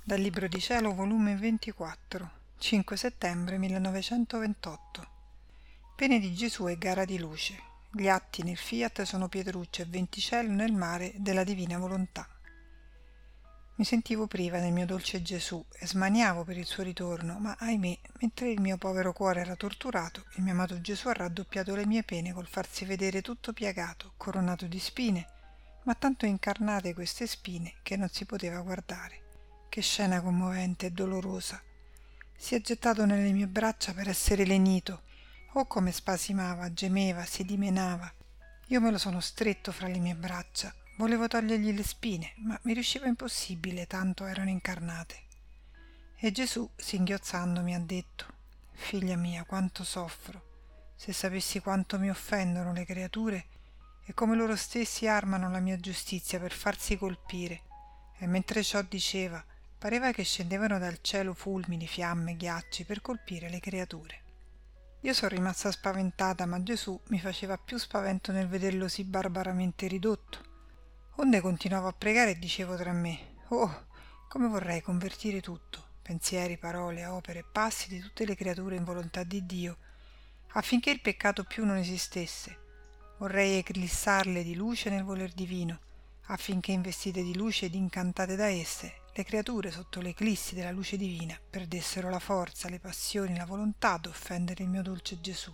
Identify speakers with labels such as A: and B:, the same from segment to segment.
A: Dal Libro di Cielo, volume 24, 5 settembre 1928. Pene di Gesù e gara di luce. Gli atti nel Fiat sono Pietruccio e Venticello nel mare della divina volontà. Mi sentivo priva del mio dolce Gesù e smaniavo per il suo ritorno, ma ahimè, mentre il mio povero cuore era torturato, il mio amato Gesù ha raddoppiato le mie pene col farsi vedere tutto piagato, coronato di spine, ma tanto incarnate queste spine che non si poteva guardare. Che scena commovente e dolorosa! Si è gettato nelle mie braccia per essere lenito. Oh, come spasimava, gemeva, si dimenava. Io me lo sono stretto fra le mie braccia. Volevo togliergli le spine, ma mi riusciva impossibile, tanto erano incarnate. E Gesù, singhiozzando, mi ha detto: «Figlia mia, quanto soffro. Se sapessi quanto mi offendono le creature e come loro stessi armano la mia giustizia per farsi colpire». E mentre ciò diceva, pareva che scendevano dal cielo fulmini, fiamme, ghiacci per colpire le creature. Io sono rimasta spaventata, ma Gesù mi faceva più spavento nel vederlo sì barbaramente ridotto. Onde continuavo a pregare e dicevo tra me: «Oh, come vorrei convertire tutto, pensieri, parole, opere e passi di tutte le creature in volontà di Dio, affinché il peccato più non esistesse. Vorrei eclissarle di luce nel voler divino, affinché investite di luce ed incantate da esse, le creature sotto l'eclissi della luce divina perdessero la forza, le passioni, la volontà d'offendere il mio dolce Gesù».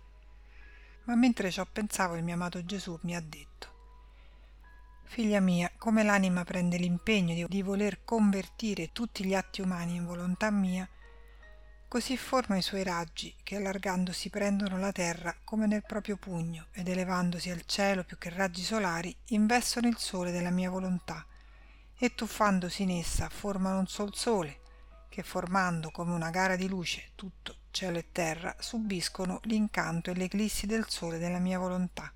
A: Ma mentre ciò pensavo, il mio amato Gesù mi ha detto: «Figlia mia, come l'anima prende l'impegno di voler convertire tutti gli atti umani in volontà mia, così forma i suoi raggi che, allargandosi, prendono la terra come nel proprio pugno ed elevandosi al cielo più che raggi solari, investono il sole della mia volontà e tuffandosi in essa formano un sol sole che, formando come una gara di luce tutto cielo e terra, subiscono l'incanto e l'eclissi del sole della mia volontà.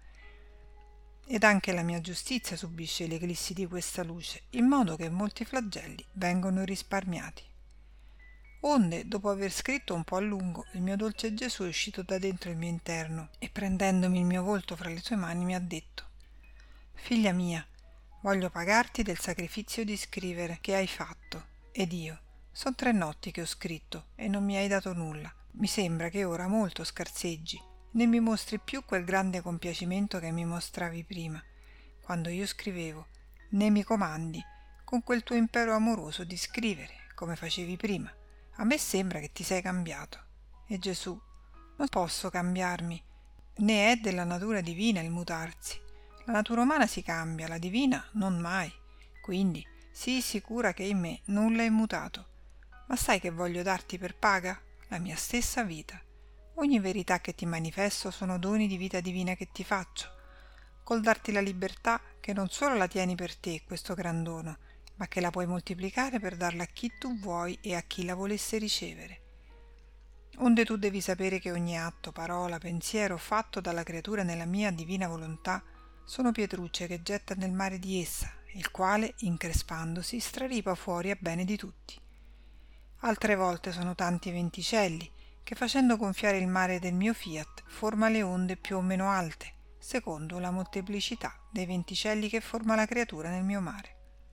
A: Ed anche la mia giustizia subisce l'eclissi di questa luce, in modo che molti flagelli vengono risparmiati». Onde, dopo aver scritto un po' a lungo, il mio dolce Gesù è uscito da dentro il mio interno e, prendendomi il mio volto fra le sue mani, mi ha detto: «Figlia mia, voglio pagarti del sacrificio di scrivere che hai fatto». Ed io: «Son 3 notti che ho scritto e non mi hai dato nulla. Mi sembra che ora molto scarseggi, né mi mostri più quel grande compiacimento che mi mostravi prima, quando io scrivevo, né mi comandi, con quel tuo impero amoroso, di scrivere, come facevi prima. A me sembra che ti sei cambiato». E Gesù: «Non posso cambiarmi, né è della natura divina il mutarsi. La natura umana si cambia, la divina non mai. Quindi sii sicura che in me nulla è mutato. Ma sai che voglio darti per paga? La mia stessa vita. Ogni verità che ti manifesto sono doni di vita divina che ti faccio, col darti la libertà che non solo la tieni per te, questo gran dono, ma che la puoi moltiplicare per darla a chi tu vuoi e a chi la volesse ricevere. Onde tu devi sapere che ogni atto, parola, pensiero fatto dalla creatura nella mia divina volontà sono pietrucce che getta nel mare di essa, il quale, increspandosi, straripa fuori a bene di tutti. Altre volte sono tanti venticelli che, facendo gonfiare il mare del mio fiat, forma le onde più o meno alte, secondo la molteplicità dei venticelli che forma la creatura nel mio mare.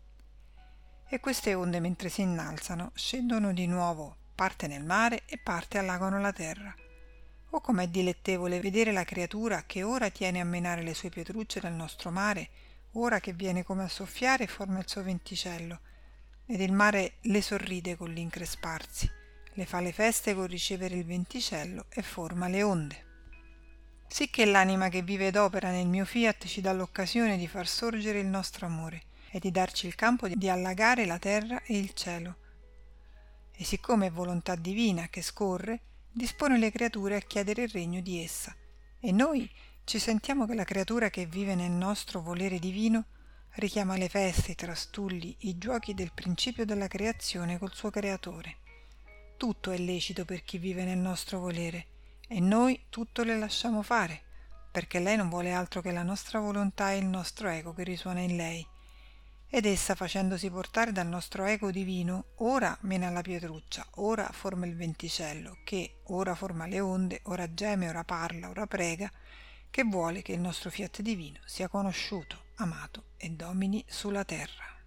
A: E queste onde, mentre si innalzano, scendono di nuovo parte nel mare e parte allagano la terra. Oh, com'è dilettevole vedere la creatura che ora tiene a menare le sue pietrucce dal nostro mare, ora che viene come a soffiare e forma il suo venticello, ed il mare le sorride con l'incresparsi, le fa le feste col ricevere il venticello e forma le onde. Sicché l'anima che vive ed opera nel mio fiat ci dà l'occasione di far sorgere il nostro amore e di darci il campo di allagare la terra e il cielo. E siccome è volontà divina che scorre, dispone le creature a chiedere il regno di essa, e noi ci sentiamo che la creatura che vive nel nostro volere divino richiama le feste, i trastulli, i giochi del principio della creazione col suo creatore. Tutto è lecito per chi vive nel nostro volere, e noi tutto le lasciamo fare, perché lei non vuole altro che la nostra volontà e il nostro ego che risuona in lei. Ed essa, facendosi portare dal nostro ego divino, ora mena la pietruccia, ora forma il venticello, che ora forma le onde, ora geme, ora parla, ora prega, che vuole che il nostro fiat divino sia conosciuto, amato e domini sulla terra».